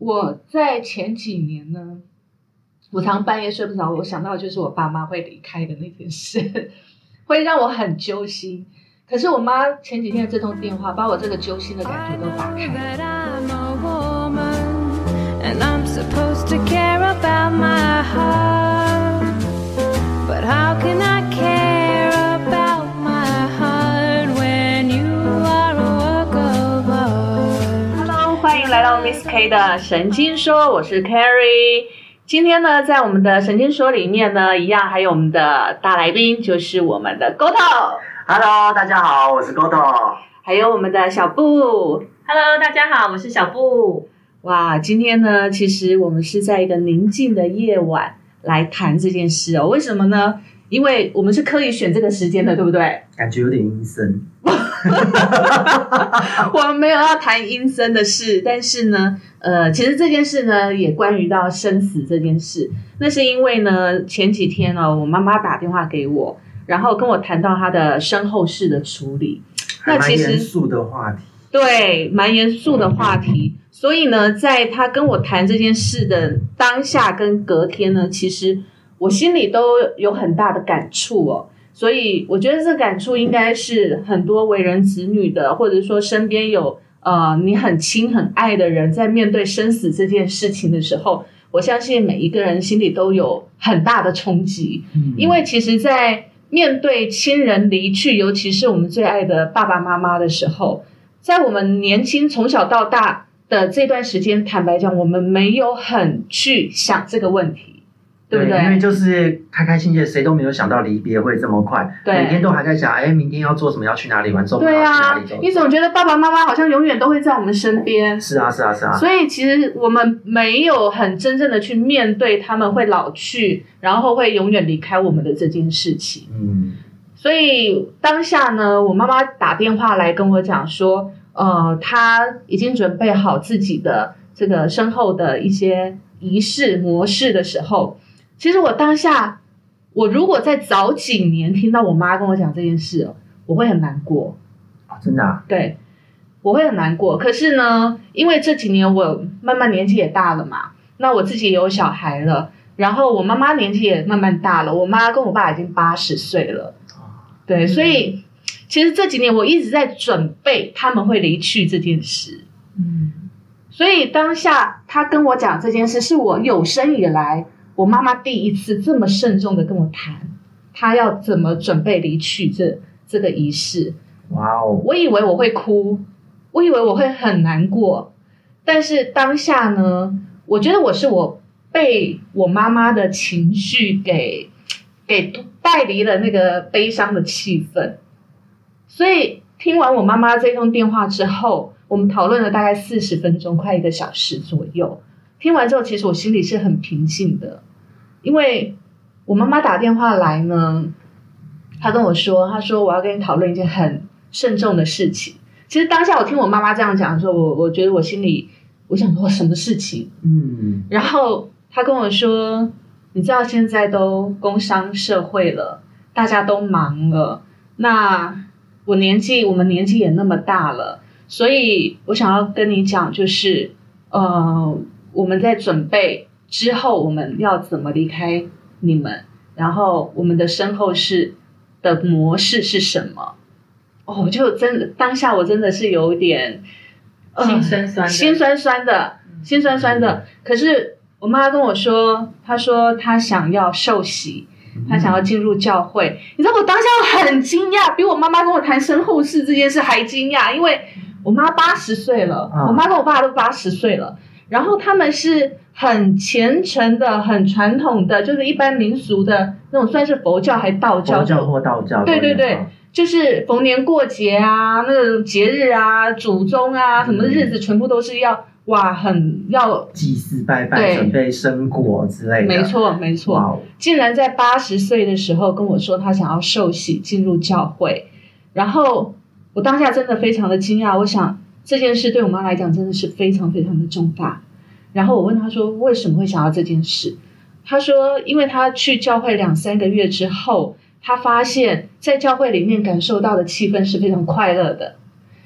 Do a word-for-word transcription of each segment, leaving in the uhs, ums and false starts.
我在前几年呢，我常半夜睡不着，我想到就是我爸妈会离开的那件事，会让我很揪心。可是我妈前几天的这通电话，把我这个揪心的感觉都打开了。Hello， 欢迎来到 Miss K 的神经说，我是 Carrie。今天呢，在我们的神经说里面呢，一样还有我们的大来宾，就是我们的 Goto。Hello， 大家好，我是 Goto。 还有我们的小布。 Hello， 大家好，我是小布。 哇，今天呢，其实我们是在一个宁静的夜晚来谈这件事哦。为什么呢？因为我们是刻意选这个时间的，对不对？ 感觉有点阴森。 我们没有要谈阴森的事，但是呢，呃，其实这件事呢，也关于到生死这件事。那是因为呢，前几天呢，我妈妈打电话给我，然后跟我谈到她的身后事的处理。 那其实蛮严肃的话题。 对，蛮严肃的话题。所以呢，在她跟我谈这件事的当下跟隔天呢，其实我心里都有很大的感触哦。所以我觉得这感触应该是很多为人子女的，或者说身边有呃你很亲很爱的人，在面对生死这件事情的时候，我相信每一个人心里都有很大的冲击。嗯，因为其实在面对亲人离去，尤其是我们最爱的爸爸妈妈的时候，在我们年轻从小到大的这段时间，坦白讲，我们没有很去想这个问题。对不对？ 因为就是开开心心，谁都没有想到离别会这么快。对，每天都还在想，哎，明天要做什么，要去哪里玩，周末要去哪里走。 你总觉得爸爸妈妈好像永远都会在我们身边。 是啊，是啊，是啊。 所以其实我们没有很真正的去面对他们会老去，然后会永远离开我们的这件事情。嗯。所以当下呢，我妈妈打电话来跟我讲说，呃，她已经准备好自己的这个身后的一些仪式模式的时候。其实我当下，我如果在早几年听到我妈跟我讲这件事，我会很难过。 啊，真的啊？ 对，我会很难过。可是呢，因为这几年我慢慢年纪也大了嘛，那我自己也有小孩了，然后我妈妈年纪也慢慢大了，我妈跟我爸已经八十岁了。对，所以其实这几年我一直在准备他们会离去这件事。嗯，所以当下他跟我讲这件事，是我有生以来。我妈妈第一次这么慎重的跟我谈，她要怎么准备离去这这个仪式。 哇哦！ 我以为我会哭，我以为我会很难过，但是当下呢，我觉得我是我被我妈妈的情绪给给带离了那个悲伤的气氛。所以听完我妈妈这通电话之后，我们讨论了大概四十分钟，快一个小时左右。听完之后，其实我心里是很平静的，因为我妈妈打电话来呢，她跟我说，她说我要跟你讨论一件很慎重的事情。其实当下我听我妈妈这样讲的时候，我我觉得我心里，我想说什么事情？嗯，然后她跟我说，你知道现在都工商社会了，大家都忙了，那我年纪，我们年纪也那么大了，所以我想要跟你讲，就是呃。我们在准备之后我们要怎么离开你们，然后我们的身后事的模式是什么。哦，就真的当下我真的是有点、 呃、心酸酸的心酸酸的心酸酸的。可是我妈跟我说，她说她想要受洗，她想要进入教会。你知道我当下很惊讶，比我妈妈跟我谈身后事这件事还惊讶，因为我妈八十岁了、嗯、我妈跟我爸都八十岁了，然后他们是很虔诚的、很传统的，就是一般民俗的那种，算是佛教还道教？ 佛教或道教。 对对对，就是逢年过节啊，那个节日啊、祖宗啊，什么日子，全部都是要哇，很要祭祀拜拜，准备生果之类的。 没错没错，wow. 竟然在八十岁的时候跟我说他想要受洗进入教会，然后我当下真的非常的惊讶，我想。这件事对我妈来讲真的是非常非常的重大。然后我问她说为什么会想要这件事，她说因为她去教会两三个月之后，她发现在教会里面感受到的气氛是非常快乐的，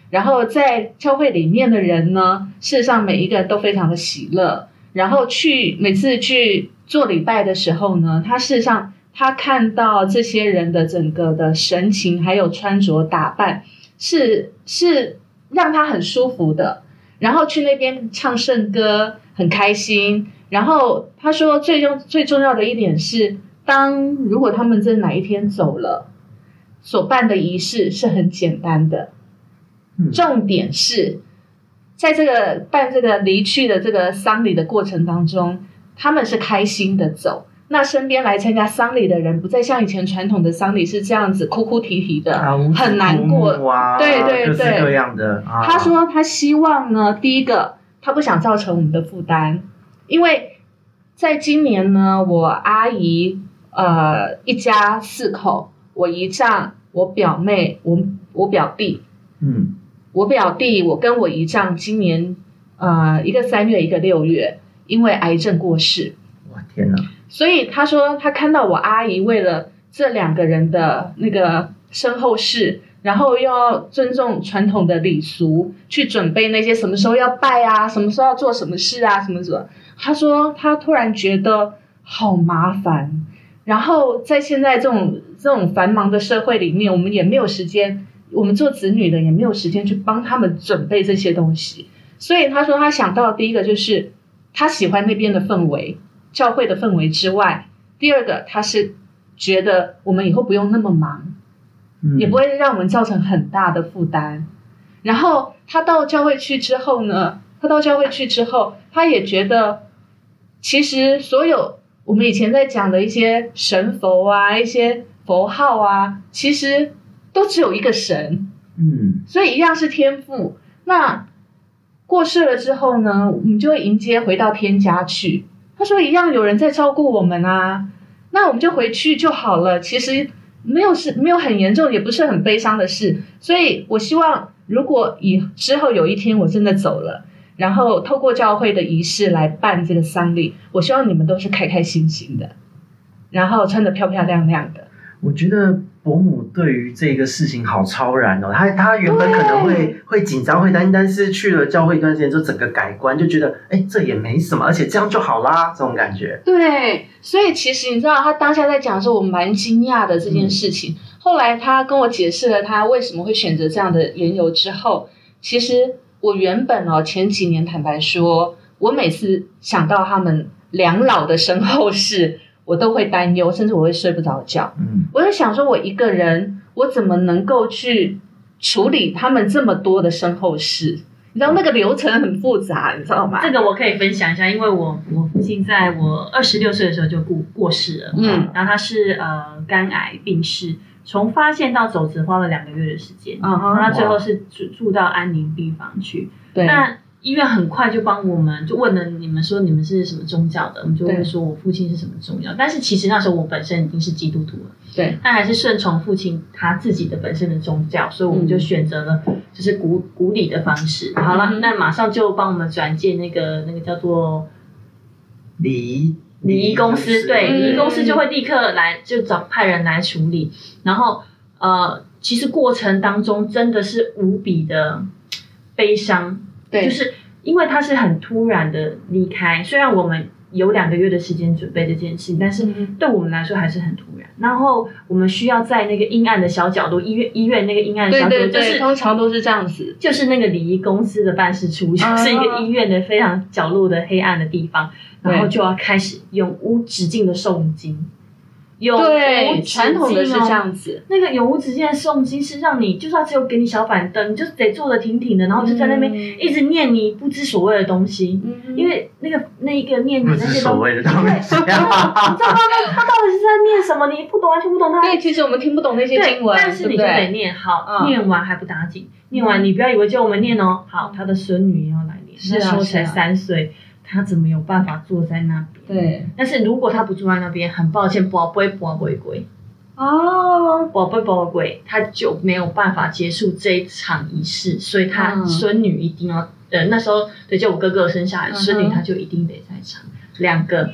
然后在教会里面的人呢，事实上每一个人都非常的喜乐。然后去每次去做礼拜的时候呢，他事实上他看到这些人的整个的神情还有穿着打扮是是让他很舒服的。然后去那边唱圣歌很开心。然后他说最重最重要的一点是，当如果他们在哪一天走了，所办的仪式是很简单的。嗯、重点是在这个办这个离去的这个丧礼的过程当中，他们是开心的走。那身边来参加丧礼的人，不再像以前传统的丧礼是这样子哭哭啼啼的，啊、很难过。 啊、 对对对，各式各样的。啊、 他说他希望呢，第一个他不想造成我们的负担，因为在今年呢，我阿姨呃一家四口，我姨丈、我表妹、我我表弟， 嗯。 我表弟，我跟我姨丈今年，呃，一个三月，一个六月，因为癌症过世。 哇，天哪！ 所以他说，他看到我阿姨为了这两个人的那个身后事，然后又要尊重传统的礼俗，去准备那些什么时候要拜啊，什么时候要做什么事啊，什么什么。他说他突然觉得好麻烦，然后在现在这种这种繁忙的社会里面，我们也没有时间。我们做子女的也没有时间去帮他们准备这些东西，所以他说他想到的第一个就是他喜欢那边的氛围，教会的氛围之外，第二个他是觉得我们以后不用那么忙，嗯、也不会让我们造成很大的负担。然后他到教会去之后呢，他到教会去之后，他也觉得其实所有我们以前在讲的一些神佛啊，一些佛号啊，其实都只有一个神， 嗯， 所以一样是天父。那过世了之后呢，我们就会迎接回到天家去。他说一样有人在照顾我们啊，那我们就回去就好了。其实没有是没有很严重，也不是很悲伤的事。所以我希望，如果以之后有一天我真的走了，然后透过教会的仪式来办这个丧礼，我希望你们都是开开心心的，然后穿得漂漂亮亮的。 我觉得伯母对于这个事情好超然哦，他他原本可能会会紧张会担心，但是去了教会一段时间之后，整个改观，就觉得哎这也没什么，而且这样就好啦，这种感觉。 对，所以其实你知道，他当下在讲的时候，我蛮惊讶的这件事情。嗯、后来他跟我解释了他为什么会选择这样的缘由之后，其实我原本哦前几年坦白说，我每次想到他们两老的身后事，我都会担忧，甚至我会睡不着觉。 嗯， 我在想说，我一个人，我怎么能够去处理他们这么多的身后事？你知道那个流程很复杂，你知道吗？ 这个我可以分享一下，因为我我父亲在我二十六岁的时候就过过世了， 嗯， 然后他是呃肝癌病逝，从发现到走只花了两个月的时间， 嗯哼， 然后他最后是住住到安宁病房去， 对， 那医院很快就帮我们就问了你们说你们是什么宗教的，我们就会说我父亲是什么宗教，但是其实那时候我本身已经是基督徒了， 对， 但还是顺从父亲他自己的本身的宗教，所以我们就选择了就是古古礼的方式。好了，嗯、那马上就帮我们转介那个那个叫做礼仪礼仪公司，对，礼仪公司就会立刻来就找派人来处理，然后呃，其实过程当中真的是无比的悲伤。对，就是因为他是很突然的离开，虽然我们有两个月的时间准备这件事，但是对我们来说还是很突然。然后我们需要在那个阴暗的小角落，医院医院那个阴暗的小角落， 对对对， 就是通常都是这样子， 就是那个礼仪公司的办事处， 啊、 就是一个医院的非常角落的黑暗的地方，然后就要开始永无止境的诵经。有对，传统的是这样子。 那个永无止境的诵经是让你，就算只有给你小板凳，你就得坐得挺挺的，然后就在那边一直念你不知所谓的东西。嗯、因为那个那一个念你那些不知所谓的东西， 你知道吗？他到底是在念什么？你不懂，完全不懂他。 对，其实我们听不懂那些经文， 但是你就得念好，嗯、念完还不打紧，念完你不要以为就我们念哦，好，他的孙女也要来念，那时候才三岁。他怎么有办法坐在那边？ 对， 但是如果他不坐在那边，很抱歉，宝贝宝贝龟哦， 宝贝宝贝龟，他就没有办法结束这一场仪式，所以他孙女一定要，嗯、呃，那时候对，就我哥哥生下来，孙、嗯、女他就一定得在场，两个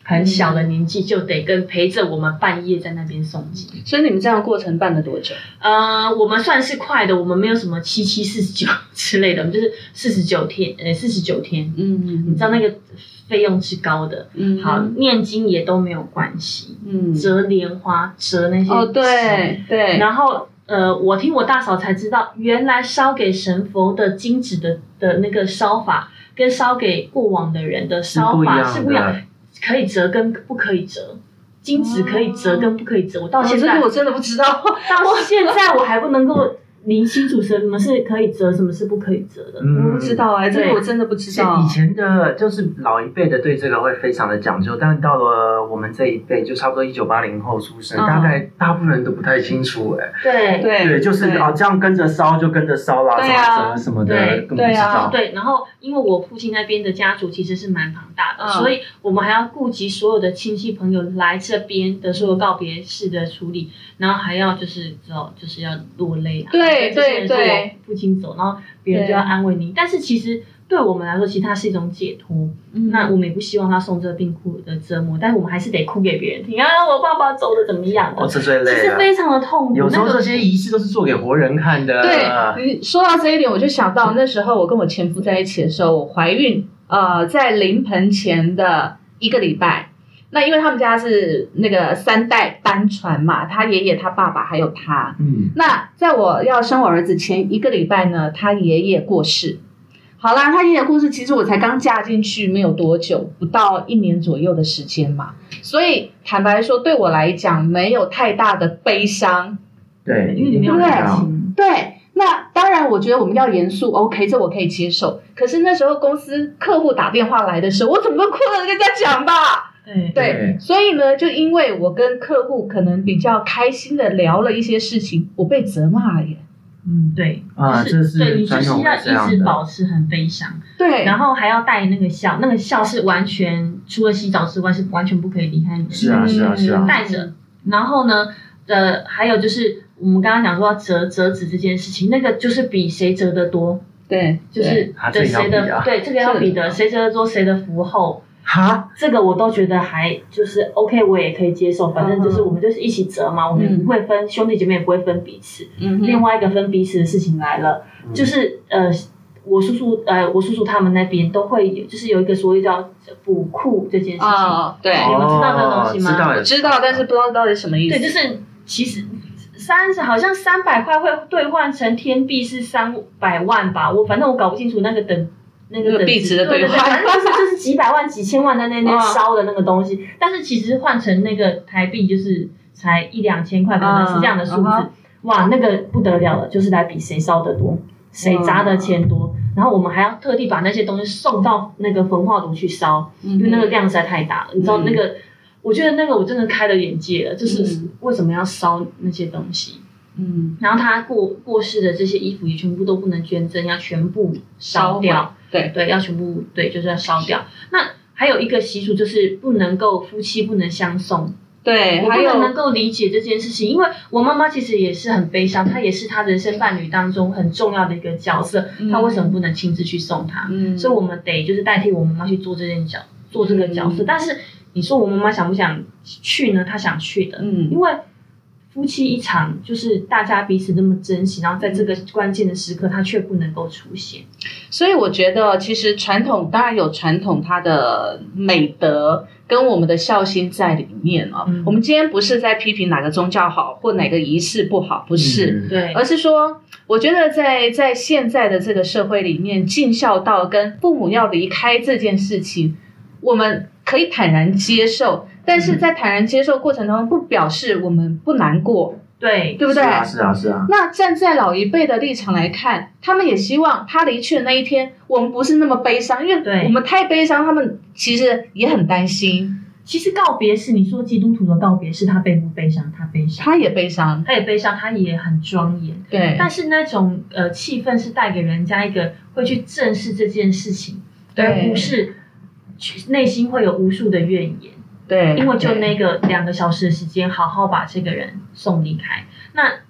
很小的年纪就得跟陪着我们半夜在那边诵经。 所以你们这样的过程办了多久？ 呃，我们算是快的，我们没有什么七七四十九之类的，我们就是四十九天，呃，四十九天。嗯，你知道那个费用是高的。嗯，好，念经也都没有关系。嗯，折莲花，折那些哦，对对， 然后。呃，我听我大嫂才知道，原来烧给神佛的金纸的的那个烧法，跟烧给过往的人的烧法是不一样，可以折跟不可以折，金纸可以折跟不可以折。我到现在、 哦、这个我真的不知道， 到现在我还不能够理清楚什么是可以折，什么是不可以折的。 嗯、我不知道哎、欸，这个我真的不知道。 以前的就是老一辈的对这个会非常的讲究，但到了我们这一辈，就差不多一九八零后出生，嗯、大概大部分人都不太清楚哎、 欸。 对对对，就是啊，这样跟着烧就跟着烧啦， 对啊， 什么什么的， 对根本不知道。 对，然后因为我父亲那边的家族其实是蛮庞大的，嗯、所以我们还要顾及所有的亲戚朋友来这边的所有告别式的处理，然后还要就是知道就是要落泪啊。 对对对。 父亲走，然后别人就要安慰你，但是其实对我们来说，其实它是一种解脱。嗯、那我们也不希望他受这病苦的折磨，但是我们还是得哭给别人听啊！我爸爸走的怎么样的？ 哦，这最累了， 其实非常的痛苦。 有时候这些仪式都是做给活人看的。 对，你说到这一点，我就想到那时候我跟我前夫在一起的时候，我怀孕，呃，在临盆前的一个礼拜。那因为他们家是那个三代单传嘛，他爷爷、他爸爸还有他。嗯，那在我要生我儿子前一个礼拜呢，他爷爷过世。好啦，他爷爷过世，其实我才刚嫁进去没有多久，不到一年左右的时间嘛，所以坦白说，对我来讲没有太大的悲伤。 对， 因为你没有感情。 对，那当然，我觉得我们要严肃 ，OK， 这我可以接受。可是那时候公司客户打电话来的时候，我怎么都哭着跟人家讲吧。 对, 对，所以呢，就因为我跟客户可能比较开心的聊了一些事情，我被责骂了耶。 嗯，对， 啊，这是对你就是要一直保持很悲伤， 对， 然后还要带那个笑，那个笑是完全除了洗澡之外是完全不可以离开你的， 是啊是啊是啊， 带着。然后呢，呃，还有就是我们刚刚讲说要折折纸这件事情，那个就是比谁折得多， 对， 就是对谁的、啊、对这个要比的，谁折得多谁的福厚。 哈， 这个我都觉得还就是 OK， 我也可以接受。反正就是我们就是一起折嘛，嗯、我们也不会分兄弟姐妹，也不会分彼此。嗯，另外一个分彼此的事情来了，嗯、就是呃，我叔叔呃，我叔叔他们那边都会有，就是有一个所谓叫补库这件事情。 哦，对， 你们知道这个东西吗？ 知道， 知道，但是不知道到底什么意思。 对，就是其实三十好像三百块会兑换成天币是三百万吧，我反正我搞不清楚那个等。那个币值的兑换， 反正就是就是几百万、几千万在那边烧的那个东西，但是其实换成那个台币就是才一两千块，可能是这样的数字。嗯、哇，那个不得了了，就是来比谁烧得多，谁砸的钱多。嗯、然后我们还要特地把那些东西送到那个焚化炉去烧，嗯、因为那个量实在太大了。嗯、你知道那个，我觉得那个我真的开了眼界了，就是为什么要烧那些东西。嗯，然后他过过世的这些衣服也全部都不能捐赠，要全部烧掉。 对对，要全部对，就是要烧掉。那还有一个习俗就是不能够夫妻不能相送。 对， 我不能能够理解这件事情，因为我妈妈其实也是很悲伤，她也是她人生伴侣当中很重要的一个角色，嗯、她为什么不能亲自去送她？嗯、所以我们得就是代替我妈妈去做这件角，做这个角色。嗯、但是你说我妈妈想不想去呢？她想去的，嗯，因为。夫妻一场，就是大家彼此那么珍惜，然后在这个关键的时刻，他却不能够出现。 所以我觉得，其实传统当然有传统它的美德跟我们的孝心在里面啊。嗯、我们今天不是在批评哪个宗教好或哪个仪式不好，不是， 嗯、对， 而是说，我觉得在在现在的这个社会里面，尽孝道跟父母要离开这件事情，我们可以坦然接受。但是在坦然接受过程中，不表示我们不难过， 对， 对不对？ 是啊，是啊，是啊。 那站在老一辈的立场来看，他们也希望他离去的那一天，我们不是那么悲伤，因为我们太悲伤，他们其实也很担心。 其实告别式，你说基督徒的告别式，他悲不悲伤？他悲伤， 他也悲伤， 他也悲伤，他也很庄严。 对， 但是那种呃气氛是带给人家一个会去正视这件事情，而不是内心会有无数的怨言。 对， 因为就那个两个小时的时间，好好把这个人送离开。那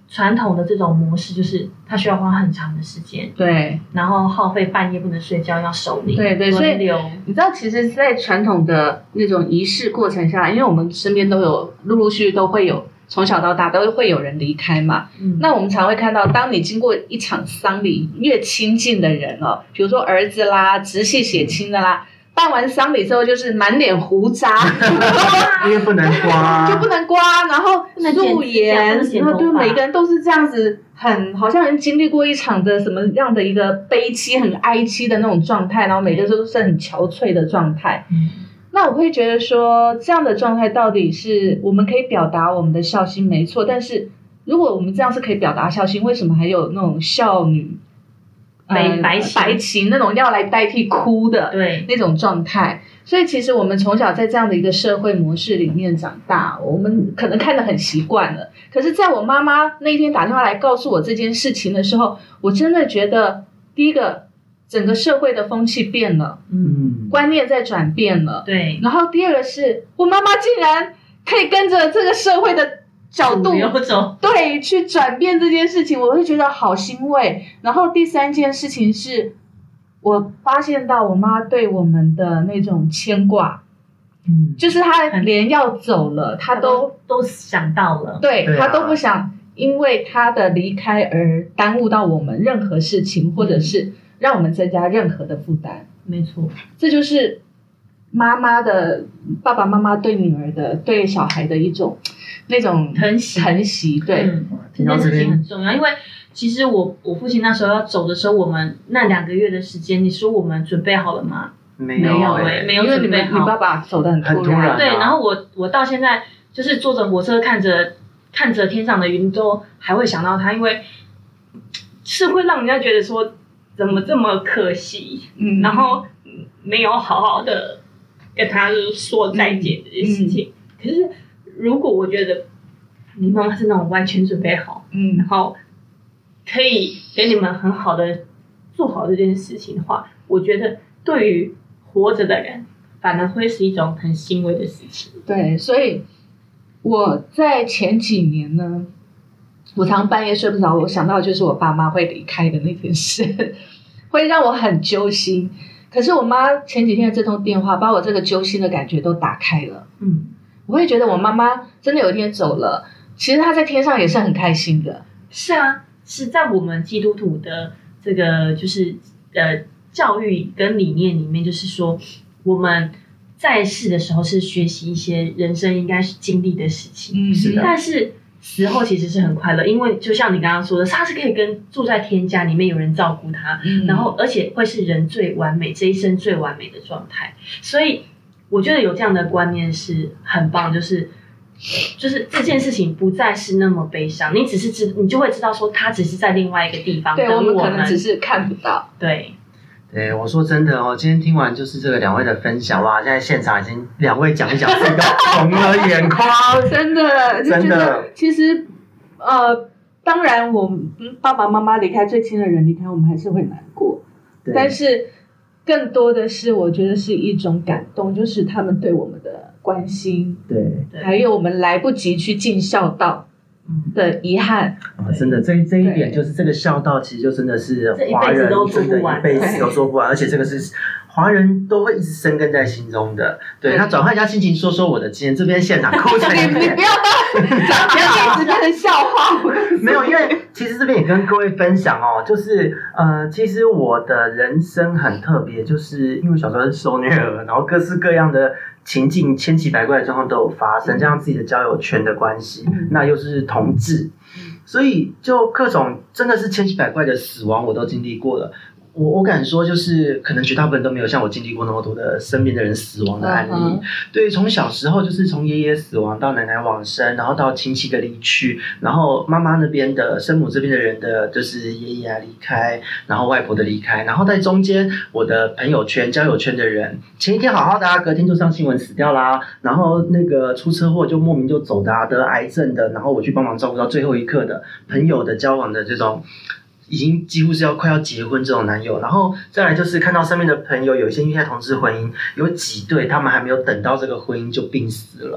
传统的这种模式就是他需要花很长的时间， 对， 然后耗费半夜不能睡觉要守灵， 对对，所以流你知道，其实，在传统的那种仪式过程下来，因为我们身边都有陆陆续续都会有从小到大都会有人离开嘛，嗯，那我们常会看到，当你经过一场丧礼，越亲近的人哦，比如说儿子啦、直系血亲的啦。办完丧礼之后，就是满脸胡渣， 因为不能刮， 就不能刮，然后素颜，然后就每个人都是这样子，很好像人经历过一场的什么样的一个悲戚、很哀戚的那种状态，然后每个都是很憔悴的状态。嗯，那我会觉得说，这样的状态到底是我们可以表达我们的孝心，没错，但是如果我们这样是可以表达孝心，为什么还有那种孝女？ 白白情白情那种要来代替哭的对那种状态，所以其实我们从小在这样的一个社会模式里面长大，我们可能看得很习惯了。可是在我妈妈那天打电话来告诉我这件事情的时候，我真的觉得第一个整个社会的风气变了，嗯，观念在转变了， 对。 然后第二个是我妈妈竟然可以跟着这个社会的角度对去转变这件事情，我会觉得好欣慰。然后第三件事情是我发现到我妈对我们的那种牵挂，嗯，就是她连要走了她都都想到了， 对，对啊，她都不想因为她的离开而耽误到我们任何事情，或者是让我们增加任何的负担。 没错， 这就是妈妈的爸爸妈妈对女儿的对小孩的一种那种疼惜， 疼惜，对， 嗯，这件事情很重要，因为其实我我父亲那时候要走的时候，我们那两个月的时间，你说我们准备好了吗？ 没有，没有哎，没有准备好。 你爸爸走得很突然，啊， 对，然后我我到现在就是坐着火车看着看着天上的云，都还会想到他，因为是会让人家觉得说怎么这么可惜，嗯，然后没有好好的跟他说再见这件事情，嗯嗯，可是。如果我觉得你妈妈是那种完全准备好，嗯，然后可以给你们很好的做好这件事情的话，我觉得对于活着的人反而会是一种很欣慰的事情。 对，所以我在前几年呢，我常半夜睡不着，我想到就是我爸妈会离开的那件事，会让我很揪心。可是我妈前几天的这通电话，把我这个揪心的感觉都打开了，嗯。我会觉得我妈妈真的有一天走了，其实她在天上也是很开心的。 是啊，是在我们基督徒的这个就是呃教育跟理念里面，就是说我们在世的时候是学习一些人生应该是经历的事情，嗯，是的。但是死后其实是很快乐，因为就像你刚刚说的，他是可以跟住在天家里面有人照顾他，嗯，然后而且会是人最完美这一生最完美的状态，所以。我觉得有这样的观念是很棒，就是就是这件事情不再是那么悲伤，你只是知你就会知道说他只是在另外一个地方等我们， 对，我们可能只是看不到。 对， 对，我说真的哦，今天听完就是这个两位的分享哇，现在现场已经两位讲一讲，这个红了眼眶， 真的， 真的。 其实呃，当然我们爸爸妈妈离开最亲的人离开，我们还是会难过，但是。更多的是，我觉得是一种感动，就是他们对我们的关心， 对， 还有我们来不及去尽孝道的遗憾。 啊，真的，这这一点就是这个孝道，其实就真的是华人真的一辈子都做不完，而且这个是华人都会一直生根在心中的。对，他转换一下心情，说说我的经验，这边现场哭成一片， 你不要不要一直变成笑话。 没有，因为其实这边也跟各位分享哦，就是呃，其实我的人生很特别，就是因为小时候是受虐儿，然后各式各样的情境千奇百怪的状况都有发生，加上自己的交友圈的关系，嗯，那又是同志，所以就各种真的是千奇百怪的死亡我都经历过了。我我敢说，就是可能绝大部分都没有像我经历过那么多的身边的人死亡的案例。Uh-huh. 对，从小时候就是从爷爷死亡到奶奶往生，然后到亲戚的离去，然后妈妈那边的生母这边的人的就是爷爷啊离开，然后外婆的离开，然后在中间我的朋友圈、交友圈的人，前一天好好的啊，隔天就上新闻死掉啦，然后那个出车祸就莫名就走的啊，得癌症的，然后我去帮忙照顾到最后一刻的朋友的交往的这种。已经几乎是要快要结婚这种男友，然后再来就是看到身边的朋友有一些因为同志婚姻，有几对他们还没有等到这个婚姻就病死了。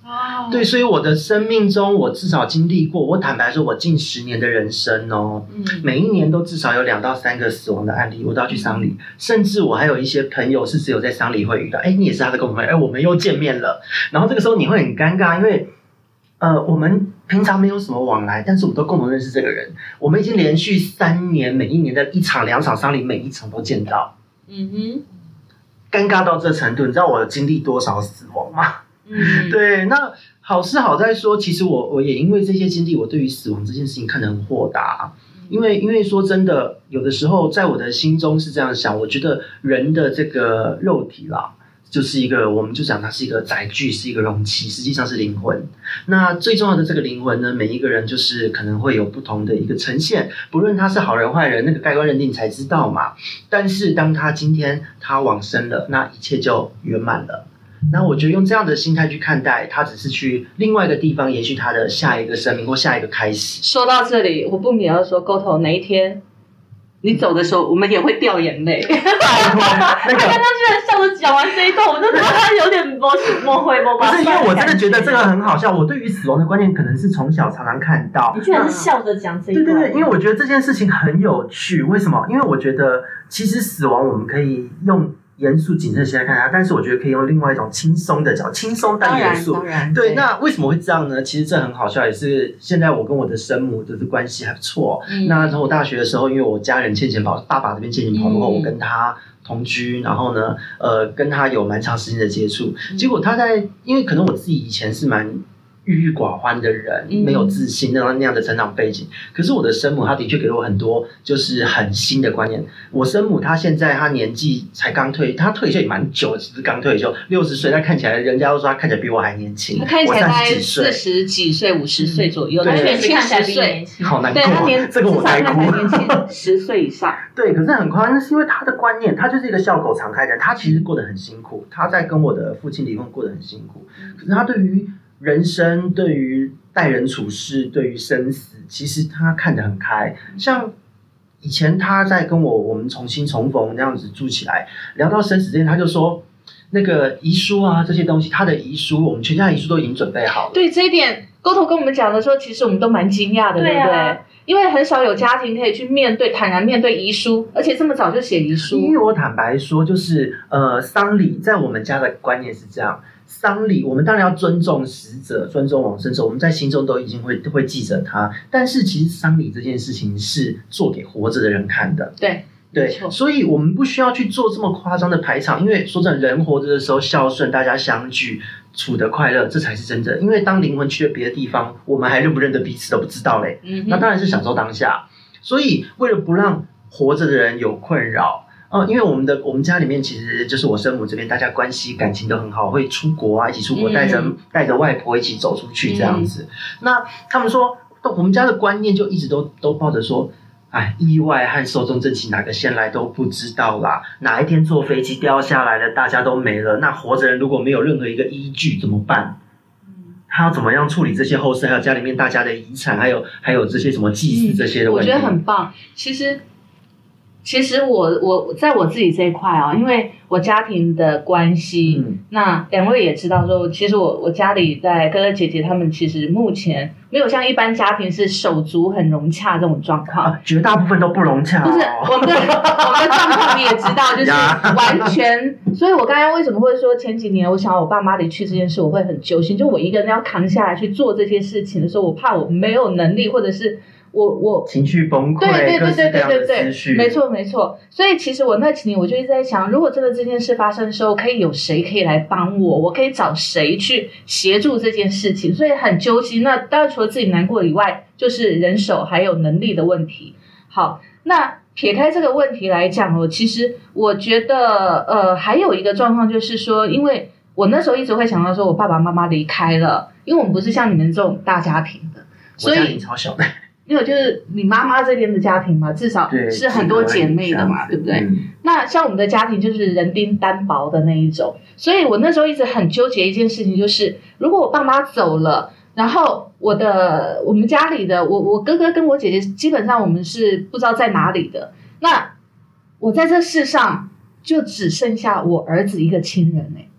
哦， 对，所以我的生命中，我至少经历过，我坦白说，我近十年的人生哦，嗯、每一年都至少有两到三个死亡的案例，我都要去丧礼，甚至我还有一些朋友是只有在丧礼会遇到，哎，你也是他的共同朋友，哎，我们又见面了，然后这个时候你会很尴尬，因为呃，我们平常没有什么往来，但是我们都共同认识这个人，我们已经连续三年，每一年的一场两场丧礼，每一场都见到，嗯哼，尴尬到这程度，你知道我有经历多少死亡吗？嗯，对，那好是好在说，其实我我也因为这些经历，我对于死亡这件事情看得很豁达，因为因为说真的，有的时候在我的心中是这样想，我觉得人的这个肉体啦，就是一个，我们就讲它是一个载具，是一个容器，实际上是灵魂。那最重要的这个灵魂呢，每一个人就是可能会有不同的一个呈现，不论他是好人坏人，那个盖棺认定才知道嘛。但是当他今天他往生了，那一切就圆满了。那我觉得用这样的心态去看待，他只是去另外一个地方延续他的下一个生命或下一个开始。 说到这里，我不免要说，沟头哪一天你走的时候，我们也会掉眼泪。那个、 他刚刚居然笑着讲完这一段，我真的他有点模模灰模不是，因为我真的觉得这个很好笑。我对于死亡的观念可能是从小常常看到。 你居然是笑着讲这一段。 对对对，因为我觉得这件事情很有趣。为什么？因为我觉得其实死亡我们可以用严肃谨慎心来看它，但是我觉得可以用另外一种轻松的角度，轻松但严肃。 当然，当然。 对，那为什么会这样呢？其实这很好笑，也是现在我跟我的生母的关系还不错。嗯、那从我大学的时候，因为我家人欠钱跑，爸爸这边欠钱跑过后，嗯、我跟他同居，然后呢，呃，跟他有蛮长时间的接触。嗯、结果他在，因为可能我自己以前是蛮郁郁寡欢的人，嗯、没有自信，那样那样的成长背景。可是我的生母，她的确给了我很多就是很新的观念。我生母她现在她年纪才刚退，她退休也蛮久，只是刚退休，六十岁，她看起来人家都说她看起来比我还年轻。 她看起来大概四十几岁、五十岁左右，她年轻十岁， 好难过。 对，她年这个我该哭， 年轻十岁以上。 对，可是很夸张，是因为她的观念，她就是一个笑口常开的人，她其实过得很辛苦，她在跟我的父亲离婚过得很辛苦，可是她对于人生，对于待人处事，对于生死，其实他看得很开。像以前他在跟我我们重新重逢那样子住起来，聊到生死这件，他就说那个遗书啊这些东西，他的遗书，我们全家的遗书都已经准备好了。 对这一点，沟头跟我们讲的时候，其实我们都蛮惊讶的，对, 对不对？因为很少有家庭可以去面对、坦然面对遗书，而且这么早就写遗书。 因为我坦白说，就是呃，丧礼在我们家的观念是这样。丧礼，我们当然要尊重死者，尊重往生者，我们在心中都已经会会记着他。但是其实丧礼这件事情是做给活着的人看的， 对对，所以我们不需要去做这么夸张的排场，因为说真的，人活着的时候孝顺，大家相聚，处得快乐，这才是真的。因为当灵魂去了别的地方，我们还认不认得彼此都不知道嘞。嗯，那当然是享受当下。所以为了不让活着的人有困扰。哦，因为我们的我们家里面其实就是我生母这边，大家关系感情都很好，会出国啊，一起出国，带着、嗯、带着外婆一起走出去这样子。嗯、那他们说，我们家的观念就一直都都抱着说，哎，意外和寿终正寝哪个先来都不知道啦。哪一天坐飞机掉下来了，大家都没了，那活着人如果没有任何一个依据怎么办？他要怎么样处理这些后事，还有家里面大家的遗产，还有还有这些什么祭祀这些的问题？ 嗯、我觉得很棒，其实。其实我我在我自己这一块啊，因为我家庭的关系，嗯、那两位也知道说，其实我我家里在哥哥姐姐他们其实目前没有像一般家庭是手足很融洽这种状况， 啊、绝大部分都不融洽、哦。 不是我们的我们的状况你也知道，就是完全。所以我刚刚为什么会说前几年我想我爸妈离去这件事，我会很揪心，就我一个人要扛下来去做这些事情的时候，我怕我没有能力，或者是。我我情绪崩溃， 对对对对对对对， 思绪没错没错。所以其实我那几年我就一直在想，如果真的这件事发生的时候，可以有谁可以来帮我？我可以找谁去协助这件事情？所以很揪心。那当然除了自己难过以外，就是人手还有能力的问题。好，那撇开这个问题来讲哦，其实我觉得呃还有一个状况就是说，因为我那时候一直会想到说，我爸爸妈妈离开了，因为我们不是像你们这种大家庭的，所以我家庭超小的。 因为就是你妈妈这边的家庭嘛，至少是很多姐妹的嘛，对不对？嗯、那像我们的家庭就是人丁单薄的那一种，所以我那时候一直很纠结一件事情，就是如果我爸妈走了，然后我的我们家里的我我哥哥跟我姐姐基本上我们是不知道在哪里的，那我在这世上就只剩下我儿子一个亲人哎、欸，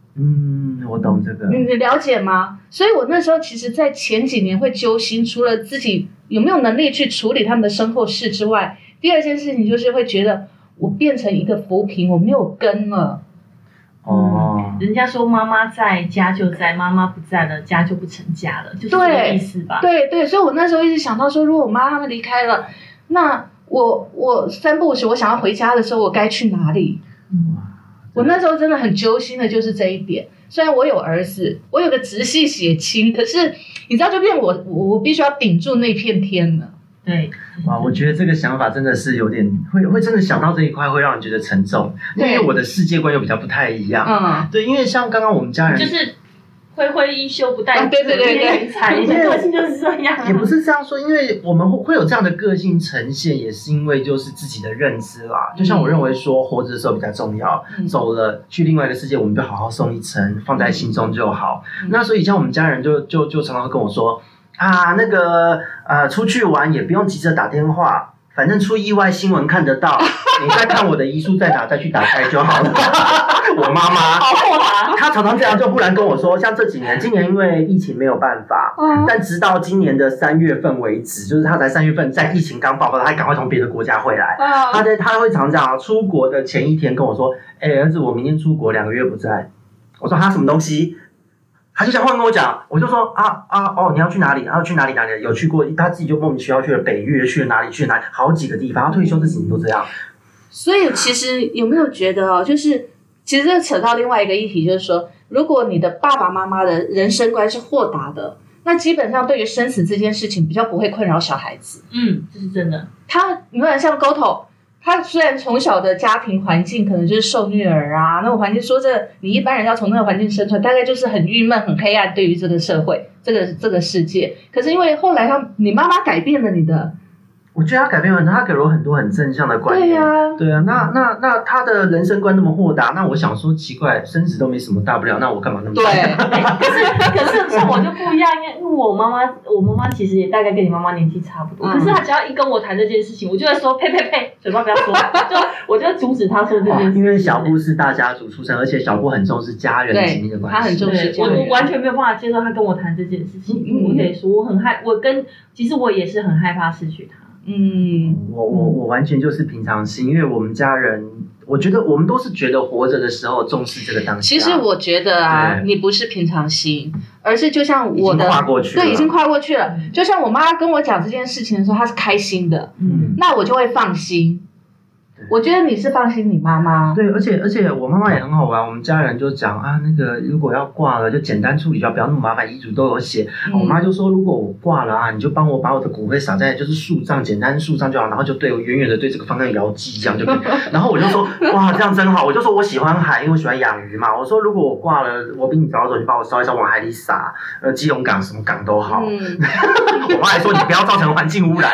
嗯，我懂这个。 你你了解吗？所以我那时候其实，在前几年会揪心，除了自己有没有能力去处理他们的身后事之外，第二件事情就是会觉得我变成一个浮萍，我没有根了。 哦、 嗯，人家说妈妈在家就在，妈妈不在了家就不成家了，就是这个意思吧？ 对对，所以我那时候一直想到说，如果我妈他们离开了，那我我三不五时我想要回家的时候，我该去哪里？ 嗯， 我那时候真的很揪心的就是这一点。虽然我有儿子，我有个直系血亲，可是你知道，就变我我我必须要顶住那片天了。 对， 哇，我觉得这个想法真的是有点会会真的想到这一块，会让人觉得沉重，因为我的世界观又比较不太一样。 嗯， 对，因为像刚刚我们家人就是挥挥衣袖不带啊对对对对财，你的个性就是这样、啊。 也不是这样说，因为我们会有这样的个性呈现，也是因为就是自己的认知啦。就像我认为说，活着的时候比较重要， 嗯、 走了去另外一个世界，我们就好好送一程，放在心中就好。嗯、那所以像我们家人就就就常常会跟我说。啊，那个呃，出去玩也不用急着打电话，反正出意外新闻看得到，你再看我的遗书在哪，再去打开就好了。我妈妈， 好豁达， 她常常这样，就忽然跟我说，像这几年，今年因为疫情没有办法，嗯、但直到今年的三月份为止，就是她才三月份在疫情刚爆发，她还赶快从别的国家回来。嗯、她在她会常讲，出国的前一天跟我说，哎、欸，儿子，我明天出国两个月不在。我说他什么东西？他就想换跟我讲，我就说啊啊哦，你要去哪里？然后去哪里哪里？有去过，他自己就莫名其妙去了北越，去了哪里？去了哪里？好几个地方。他退休这几年都这样。 所以其实有没有觉得哦，就是其实这扯到另外一个议题，就是说，如果你的爸爸妈妈的人生观是豁达的，那基本上对于生死这件事情比较不会困扰小孩子。 嗯，这是真的。 他你看像Goto。他虽然从小的家庭环境可能就是受虐儿啊，那种环境说这你一般人要从那个环境生出来，大概就是很郁闷、很黑暗，对于这个社会、这个这个世界。可是因为后来他，你妈妈改变了你的。 我觉得他改变很多，他给了我很多很正向的观念。 对啊， 对啊，那那那他的人生观那么豁达，那我想说奇怪，生死都没什么大不了，那我干嘛那么？ 对， 可是可是像我就不一样，因为我妈妈，我妈妈其实也大概跟你妈妈年纪差不多，嗯、可是她只要一跟我谈这件事情，我就会说呸呸呸，嘴巴不要说，就我就阻止她说这件事情。 因为小布是大家族出身，而且小布很重视家人紧密的关系， 他很重视家人。 我我完全没有办法接受她跟我谈这件事情，嗯、我可以说我很害，我跟其实我也是很害怕失去她。 嗯， 我我我完全就是平常心，因为我们家人，我觉得我们都是觉得活着的时候重视这个当下。 其实我觉得啊，你不是平常心，而是就像我的， 已经跨过去了， 对，已经跨过去了。就像我妈跟我讲这件事情的时候，她是开心的， 嗯， 那我就会放心。我觉得你是放心你妈妈， 对，而且而且我妈妈也很好玩，我们家人就讲啊，那个如果要挂了，就简单处理，就不要那么麻烦，遗嘱都有写。嗯、我妈就说，如果我挂了啊，你就帮我把我的骨灰撒在就是树上，简单树上就好，然后就对我远远的对这个方向摇祭，这样就可以。然后我就说，哇，这样真好。我就说我喜欢海，因为我喜欢养鱼嘛。我说如果我挂了，我比你早走，你把我烧一烧往海里撒，呃，基隆港什么港都好。嗯、我妈还说你不要造成环境污染。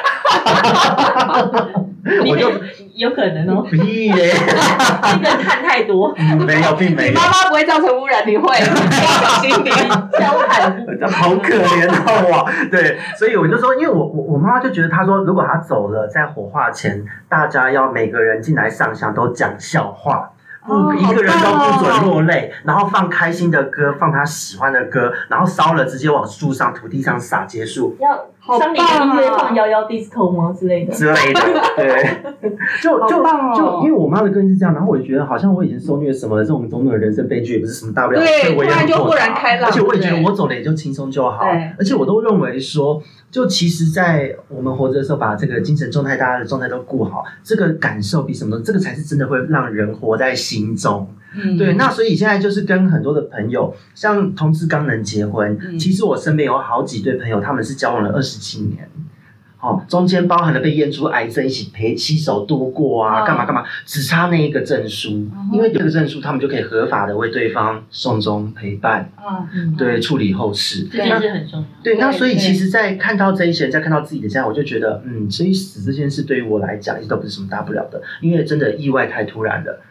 我就有可能哦， 屁耶！ 那个碳太多， 没有，并没有。 你妈妈不会造成污染，你会，要小心点， 焦炭。 好可怜哦哇！对，所以我就说，因为我我我妈妈就觉得，她说如果她走了，在火化前，大家要每个人进来上香都讲笑话。不、哦、一个人都不准落泪，哦、然后放开心的歌，放他喜欢的歌，然后烧了直接往树上、土地上撒结束。 要丧礼的音乐放摇摇 disco 吗之类的？ 之类的，对。就就、 哦、 就因为我妈的个性是这样，然后我就觉得好像我以前受虐什么的这种种种的人生悲剧也不是什么大不了， 对， 所以我也很就豁然开朗。 而且我也觉得我走了也就轻松就好，而且我都认为说。就其实，在我们活着的时候，把这个精神状态、大家的状态都顾好，这个感受比什么，这个才是真的会让人活在心中。嗯，对。那所以现在就是跟很多的朋友，像同志刚能结婚，嗯、其实我身边有好几对朋友，他们是交往了二十七年。哦，中间包含了被验出癌症，一起陪携手度过啊，干、哦、嘛干嘛，只差那一个证书，嗯、因为有这个证书，他们就可以合法的为对方送终陪伴，嗯、对，处理后事， 这件事很重要。 对，那所以其实，在看到这一些人，在看到自己的家，我就觉得，嗯，所以死这件事对于我来讲，一直都不是什么大不了的，因为真的意外太突然了，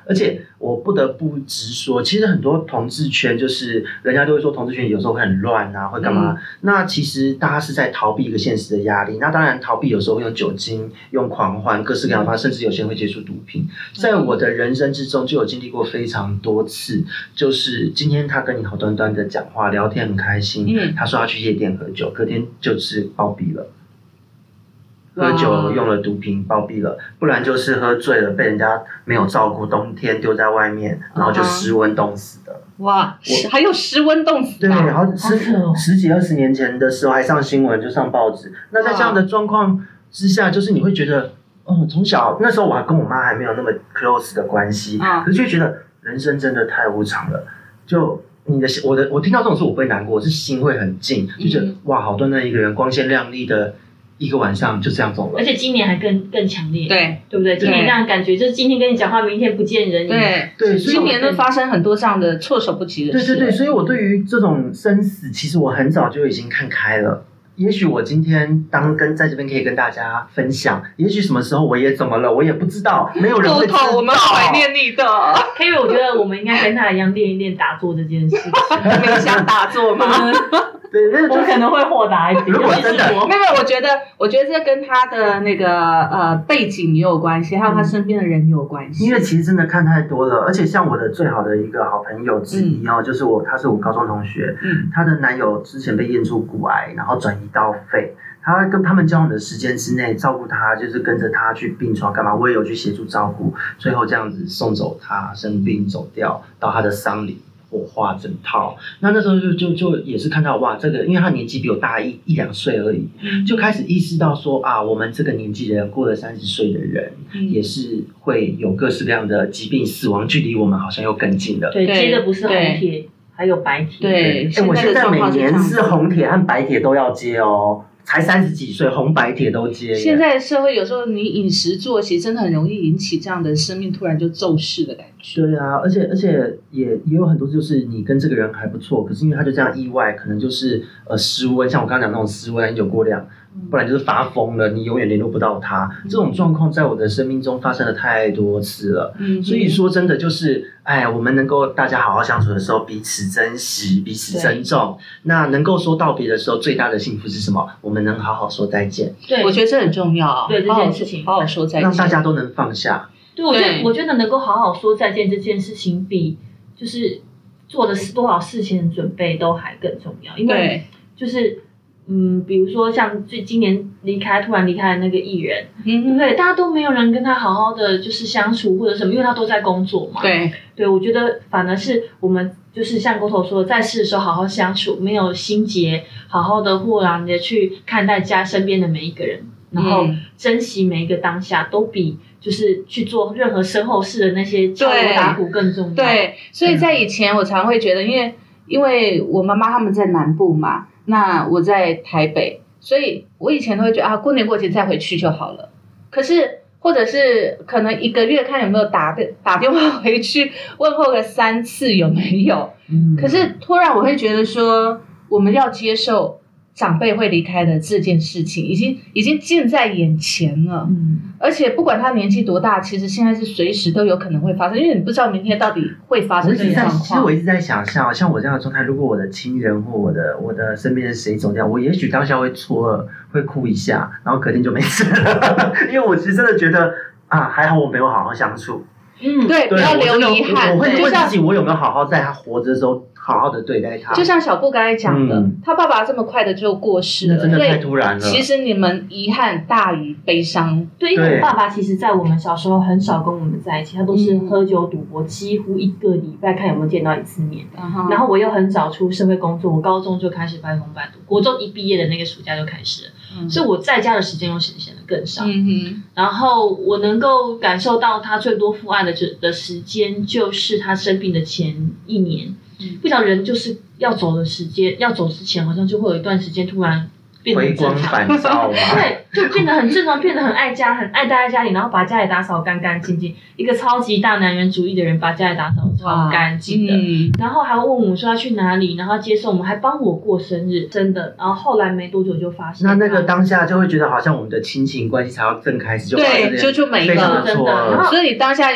而且我不得不直说，其实很多同志圈就是人家都会说同志圈有时候会很乱啊，会干嘛？嗯、那其实大家是在逃避一个现实的压力。那当然逃避有时候会用酒精、用狂欢、各式各样的方式，甚至有些人会接触毒品。在我的人生之中，就有经历过非常多次，就是今天他跟你好端端的讲话、聊天很开心，嗯、他说要去夜店喝酒，隔天就是暴毙了。喝酒用了毒品暴毙了，不然就是喝醉了被人家没有照顾，冬天丢在外面，然后就失温冻死的。 哇，还有失温冻死的？ 对，然后十十几二十年前的时候还上新闻，就上报纸。那在这样的状况之下，就是你会觉得，哦，从小那时候我还跟我妈还没有那么 close 的关系，啊、可是就觉得人生真的太无常了。就你的我的我听到这种事我不会难过，是心会很静，就觉得、嗯、哇，好端端一个人光鲜亮丽的。一个晚上就这样走了， 而且今年还更更强烈， 对对不对？今年让人感觉就是今天跟你讲话，明天不见人影， 对对，今年都发生很多这样的措手不及的事。 对对对，所以我对于这种生死，其实我很早就已经看开了。也许我今天当跟在这边可以跟大家分享，也许什么时候我也怎么了，我也不知道，没有人会知道。 我们怀念你的 Kerry， 我觉得我们应该跟他一样练一练打坐这件事情。 冥想打坐吗？ 对，那我可能会豁达一点。 如果真的， 没有，没有，我觉得，我觉得这跟他的那个呃背景也有关系，还有他身边的人也有关系。 因为其实真的看太多了，而且像我的最好的一个好朋友之一哦，嗯、就是我，他是我高中同学，嗯，她的男友之前被验出骨癌，然后转移到肺。他跟他们交往的时间之内照顾他，就是跟着他去病床干嘛，我也有去协助照顾，最后这样子送走他，生病走掉，到他的丧礼。火化整套，那那时候就就就也是看到哇，这个因为他年纪比我大一一两岁而已，就开始意识到说啊，我们这个年纪的人过了三十岁的人，嗯、也是会有各式各样的疾病、死亡，距离我们好像又更近了。 对，接的不是红铁，还有白铁。 对， 哎、欸，我现在每年是红铁和白铁都要接哦。才三十几岁，红白铁都接。 现在社会有时候你饮食作息真的很容易引起这样的生命突然就骤逝的感觉。 对啊，而且而且也也有很多就是你跟这个人还不错，可是因为他就这样意外，可能就是呃失温，像我刚刚讲那种失温、饮酒过量，不然就是发疯了，你永远联络不到他。嗯、这种状况在我的生命中发生了太多次了。嗯，所以说真的就是，哎，我们能够大家好好相处的时候，彼此珍惜，彼此珍重。那能够说道别的时候，最大的幸福是什么？我们能好好说再见。 对， 我觉得这很重要。 对这件事情， 好好说再见， 让大家都能放下。 对，我觉得我觉得能够好好说再见这件事情，比就是做的多少事情的准备都还更重要。因为就是嗯，比如说像最今年离开突然离开的那个艺人，嗯、对不对？大家都没有人跟他好好的就是相处或者什么，因为他都在工作嘛。 对， 对，我觉得反而是我们就是像郭头说的，在世的时候好好相处，没有心结，好好的豁然的去看待家身边的每一个人，然后珍惜每一个当下，都比就是去做任何身后事的那些敲锣打鼓更重要。 对，所以在以前我常会觉得，因为因为我妈妈他们在南部嘛。那我在台北，所以我以前都会觉得啊，过年过节再回去就好了。可是，或者是可能一个月看有没有打打电话回去问候个三次有没有？嗯。可是突然我会觉得说，我们要接受长辈会离开的这件事情，已经已经近在眼前了。嗯。而且不管他年纪多大，其实现在是随时都有可能会发生，因为你不知道明天到底会发生什么状况。 其实我一直在想象，像我这样的状态，如果我的亲人或我的我的身边的谁走掉，我也许当下会错愕，会哭一下，然后隔天就没事了。因为我其实真的觉得啊，还好我没有好好相处。 嗯，对，不要留遗憾。 我会问自己，我有没有好好在他活着的时候好好的对待他？ 就像小布刚才讲的，嗯、他爸爸这么快的就过世了， 真的太突然了。 其实你们遗憾大于悲伤。 对，因为我爸爸其实在我们小时候很少跟我们在一起，他都是喝酒赌博，几乎一个礼拜看有没有见到一次面。嗯、然后我又很早出社会工作，我高中就开始半工半读，国中一毕业的那个暑假就开始了。嗯、所以我在家的时间又显显得更少，嗯哼，然后我能够感受到他最多父爱的的时间，就是他生病的前一年。嗯、不讲人就是要走的时间，要走之前好像就会有一段时间突然变得很正常，对，就变得很正常，变得很爱家，很爱待在家里，然后把家里打扫干干净净。一个超级大男人主义的人，把家里打扫超干净的，嗯、然后还问我说要去哪里，然后接送我们，还帮我过生日，真的。然后后来没多久就发现， 那那个当下就会觉得好像我们的亲情关系才要正开始就对，就就没了， 真的。 所以当下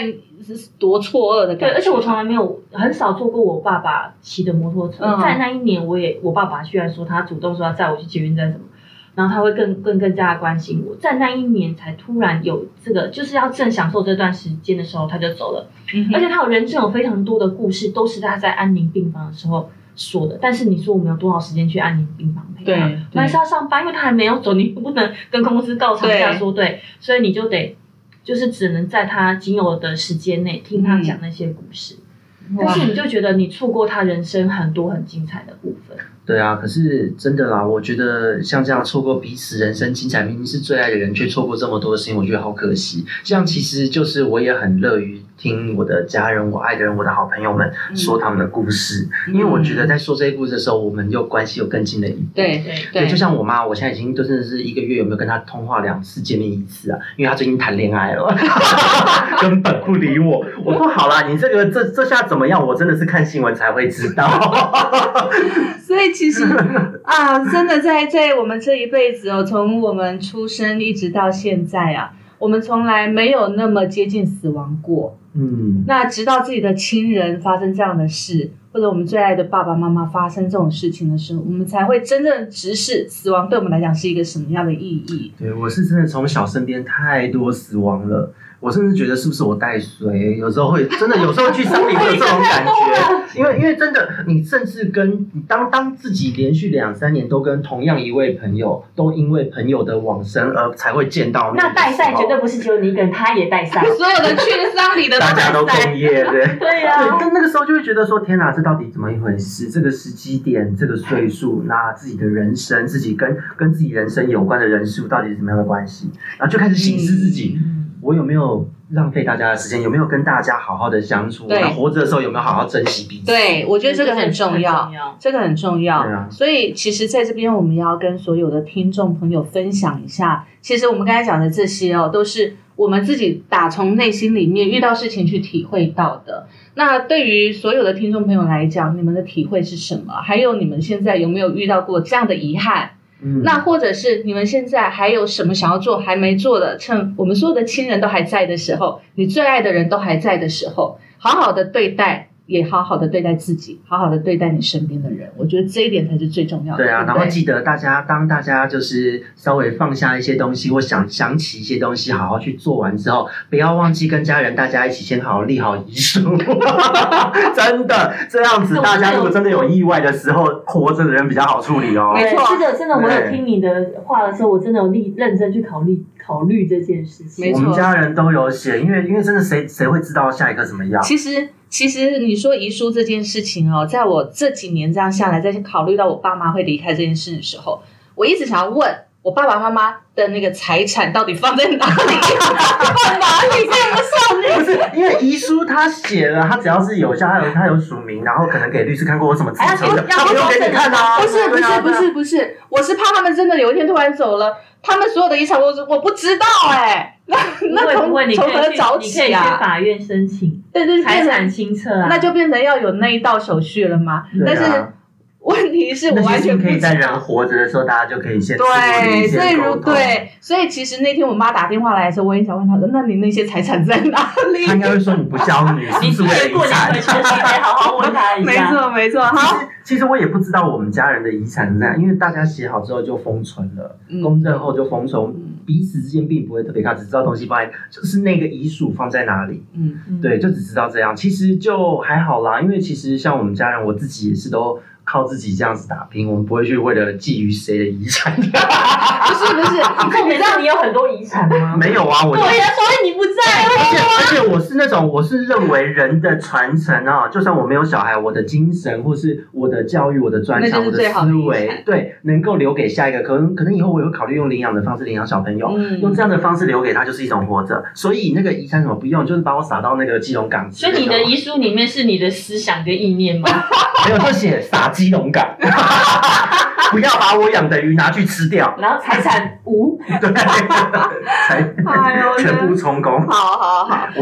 这是多错愕的感觉。 对，而且我从来没有很少坐过我爸爸骑的摩托车，嗯、在那一年我也我爸爸居然说他主动说要载我去捷运站什么。然后他会更更更加关心我，在那一年才突然有这个，就是要正享受这段时间的时候，他就走了。嗯、而且他有人生有非常多的故事，都是他在安宁病房的时候说的。但是你说我们有多少时间去安宁病房陪他？对，我还是要上班，因为他还没有走，你不能跟公司告长假说 对, 对，所以你就得就是只能在他仅有的时间内听他讲那些故事。嗯、但是你就觉得你错过他人生很多很精彩的部分。 对啊，可是真的啦，我觉得像这样错过彼此人生精彩，明明是最爱的人，却错过这么多的事情，我觉得好可惜。这样其实就是我也很乐于听我的家人、我爱的人、我的好朋友们说他们的故事，嗯、因为我觉得在说这些故事的时候，我们又关系又更近了一步。 对对对， 就像我妈，我现在已经都真的是一个月有没有跟她通话两次、见面一次啊？因为她最近谈恋爱了，根本不理我。我说好啦，你这个这这下怎么样？我真的是看新闻才会知道。 所以其实啊，真的在在我们这一辈子哦，从我们出生一直到现在啊，我们从来没有那么接近死亡过。嗯，那直到自己的亲人发生这样的事，或者我们最爱的爸爸妈妈发生这种事情的时候，我们才会真正直视死亡对我们来讲是一个什么样的意义。 对，我是真的从小身边太多死亡了。我甚至觉得是不是我带衰，有时候会真的有时候去丧礼会有这种感觉，因为因为真的你甚至跟当当自己连续两三年都跟同样一位朋友都因为朋友的往生而才会见到面， 那带赛绝对不是只有你一个人，他也带赛， 所有的去丧礼的大家都共业，对对呀、啊， 对，但那个时候就会觉得说天哪，这到底怎么一回事？这个时机点，这个岁数，那自己的人生，自己跟跟自己人生有关的人事物到底是什么样的关系？然后就开始省思自己。嗯我有没有浪费大家的时间？有没有跟大家好好的相处？那活着的时候有没有好好珍惜彼此？ 对，我觉得这个很重要，很重要这个很重要。 对啊， 所以其实在这边我们要跟所有的听众朋友分享一下，其实我们刚才讲的这些哦，都是我们自己打从内心里面遇到事情去体会到的。那对于所有的听众朋友来讲，你们的体会是什么？还有你们现在有没有遇到过这样的遗憾？嗯、那或者是你们现在还有什么想要做还没做的，趁我们所有的亲人都还在的时候，你最爱的人都还在的时候，好好的对待，也好好的对待自己，好好的对待你身边的人，我觉得这一点才是最重要的。 对啊， 对对然后记得大家当大家就是稍微放下一些东西或想想起一些东西，好好去做完之后，不要忘记跟家人大家一起先好好立好遗书。真的这样子，大家如果真的有意外的时候，活着的人比较好处理哦。 没错，这个真的，我有听你的话的时候，我真的有立认真去考虑考虑这件事情。 没错， 我们家人都有写，因为因为真的谁谁会知道下一刻怎么样？ 其实。其实你说遗书这件事情哦，在我这几年这样下来，在考虑到我爸妈会离开这件事的时候，我一直想要问我爸爸妈妈的那个财产到底放在哪里？放哪里？这样算命？ 不是，因为遗书他写了，他只要是有效，他有他有署名，然后可能给律师看过我什么自承的，他不用给你看啊。 不是不是不是不是，我是怕他们真的有一天突然走了，他们所有的遗产我我不知道哎、欸。那那从从何找起啊？ 你可以去法院申请， 对对， 财产清册啊， 那就变成要有那一道手续了嘛。 啊、 但是问题是我完全不知道， 可以在人活着的时候，大家就可以先对，所以如对，所以其实那天我妈打电话来的时候，我也想问她说：“那你那些财产在哪里？” 她应该会说：“你不孝女， 你是不是为了遗产？” 你好好问她一下。没错没错，好。 其实我也不知道我们家人的遗产是这样，因为大家写好之后就封存了，嗯、公证后就封存，嗯、彼此之间并不会特别看，只知道东西放在，就是那个遗属放在哪里。嗯，对，就只知道这样，其实就还好啦，因为其实像我们家人，我自己也是都靠自己这样子打拼，我们不会去为了觊觎谁的遗产。 不是不是， 你知道你有很多遗产吗？ 没有啊，我对呀、啊，所以你不在乎、啊。 而且而且我是那种，我是认为人的传承啊，就算我没有小孩，我的精神或是我的教育、我的专长、我的思维，对，能够留给下一个。可能可能以后我也会考虑用领养的方式领养小朋友，嗯、用这样的方式留给他，就是一种活着。所以那个遗产什么不用，就是把我撒到那个基隆港。 所以你的遗书里面是你的思想跟意念吗？ 没有，就写撒基隆港。不要把我养的鱼拿去吃掉， 然后财产无， 对，财全部充公。 好好好， 我的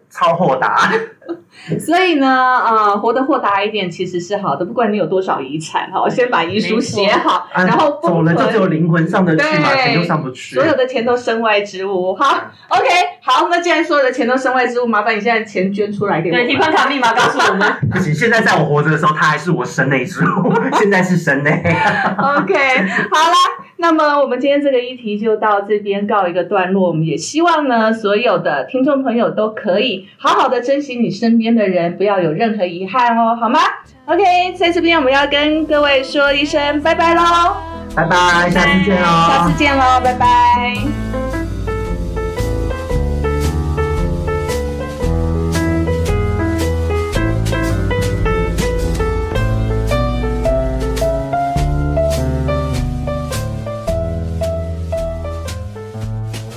超豁达。 所以呢，呃，活得豁达一点其实是好的，不管你有多少遗产，哈，先把遗书写好，然后走了就只有灵魂上得去嘛，钱都上不去。 所有的钱都身外之物。好 ，OK， 好，那既然所有的钱都身外之物，麻烦你现在钱捐出来给我。 对，提款卡密码告诉我们。 不行，现在在我活着的时候，他还是我身内之物，现在是身内。 OK， 好啦。那么我们今天这个议题就到这边告一个段落，我们也希望呢，所有的听众朋友都可以好好的珍惜你身边的人，不要有任何遗憾哦，好吗 ？OK， 在这边我们要跟各位说一声拜拜喽， 拜拜，下次见哦， 下次见喽，拜拜。